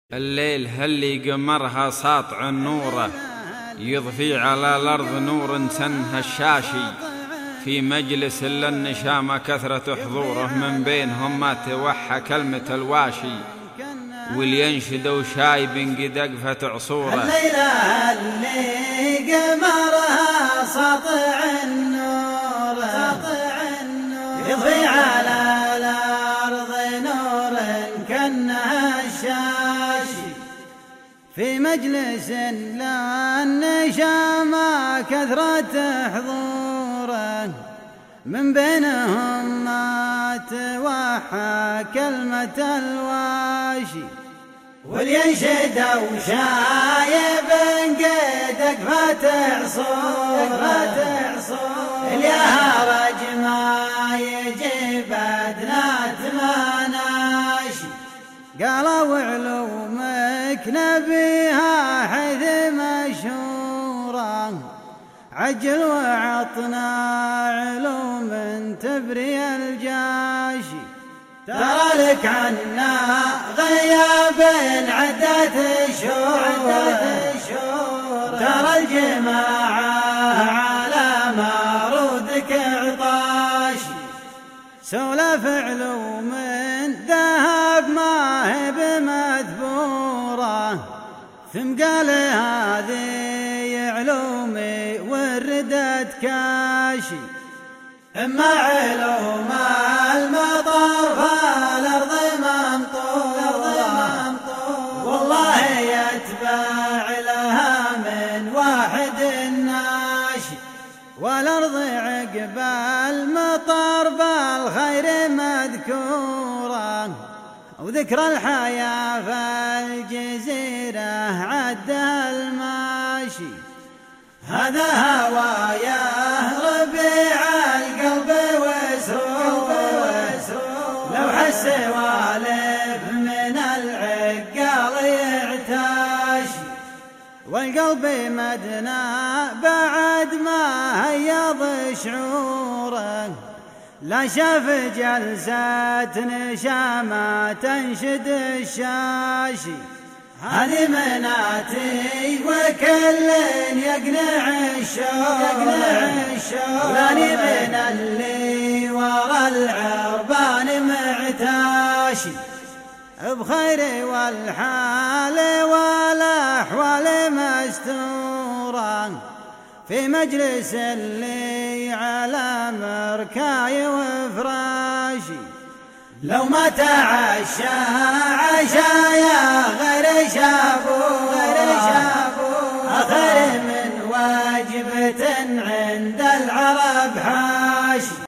الليل هلي قمرها ساطع نوره يضفي على الأرض نور سنها الشاشي. في مجلس للنشامة كثرة حضوره من بينهم ما توحى كلمة الواشي. ولينشدوا شايب قد أقفت عصوره. الليلة اللي قمرها ساطع النور يضفي على الأرض نور كأنها الشاشي. في مجلس للنشامة كثرة حضوره من بينهم ما توحى كلمة الواشي. ولينشدوا شايب قد أقفت عصوره اليهرج ما يجيب أدنى مناشي. قالوا علومك نبيها حيث مشهورة عجل وعطنا علوم تبري الجاشي. ترى لك عنا غياب عدة شهور ترى الجماعة على مرودك عطاشي. سولف علوم ذهب ما هي بمذبورة ثم قال هذه علومي وردت كاشي. اما علوم المطر فالارض ممطورة والله يتبع لها من واحد ناشي. والارض عقب المطر بالخير مذكورة وذكر الحياة في الجزيرة عدها الماشي. هذا هوايا ربيع القلب وسرور لو حس والف من العقال يعتاشي. والقلب مدنا بعد ما هيض شعوره لا شاف جلسة نشامة تنشد الشاشي. هذه مناتي وكل يقنع الشوق لاني من اللي ورا العربان معتاشي. بخير والحال والاحوال مستورة في مجلس اللي على مركاي وفراشي. لو ما تعشى عشايا غير شابو آخر من واجبة عند العرب حاشي.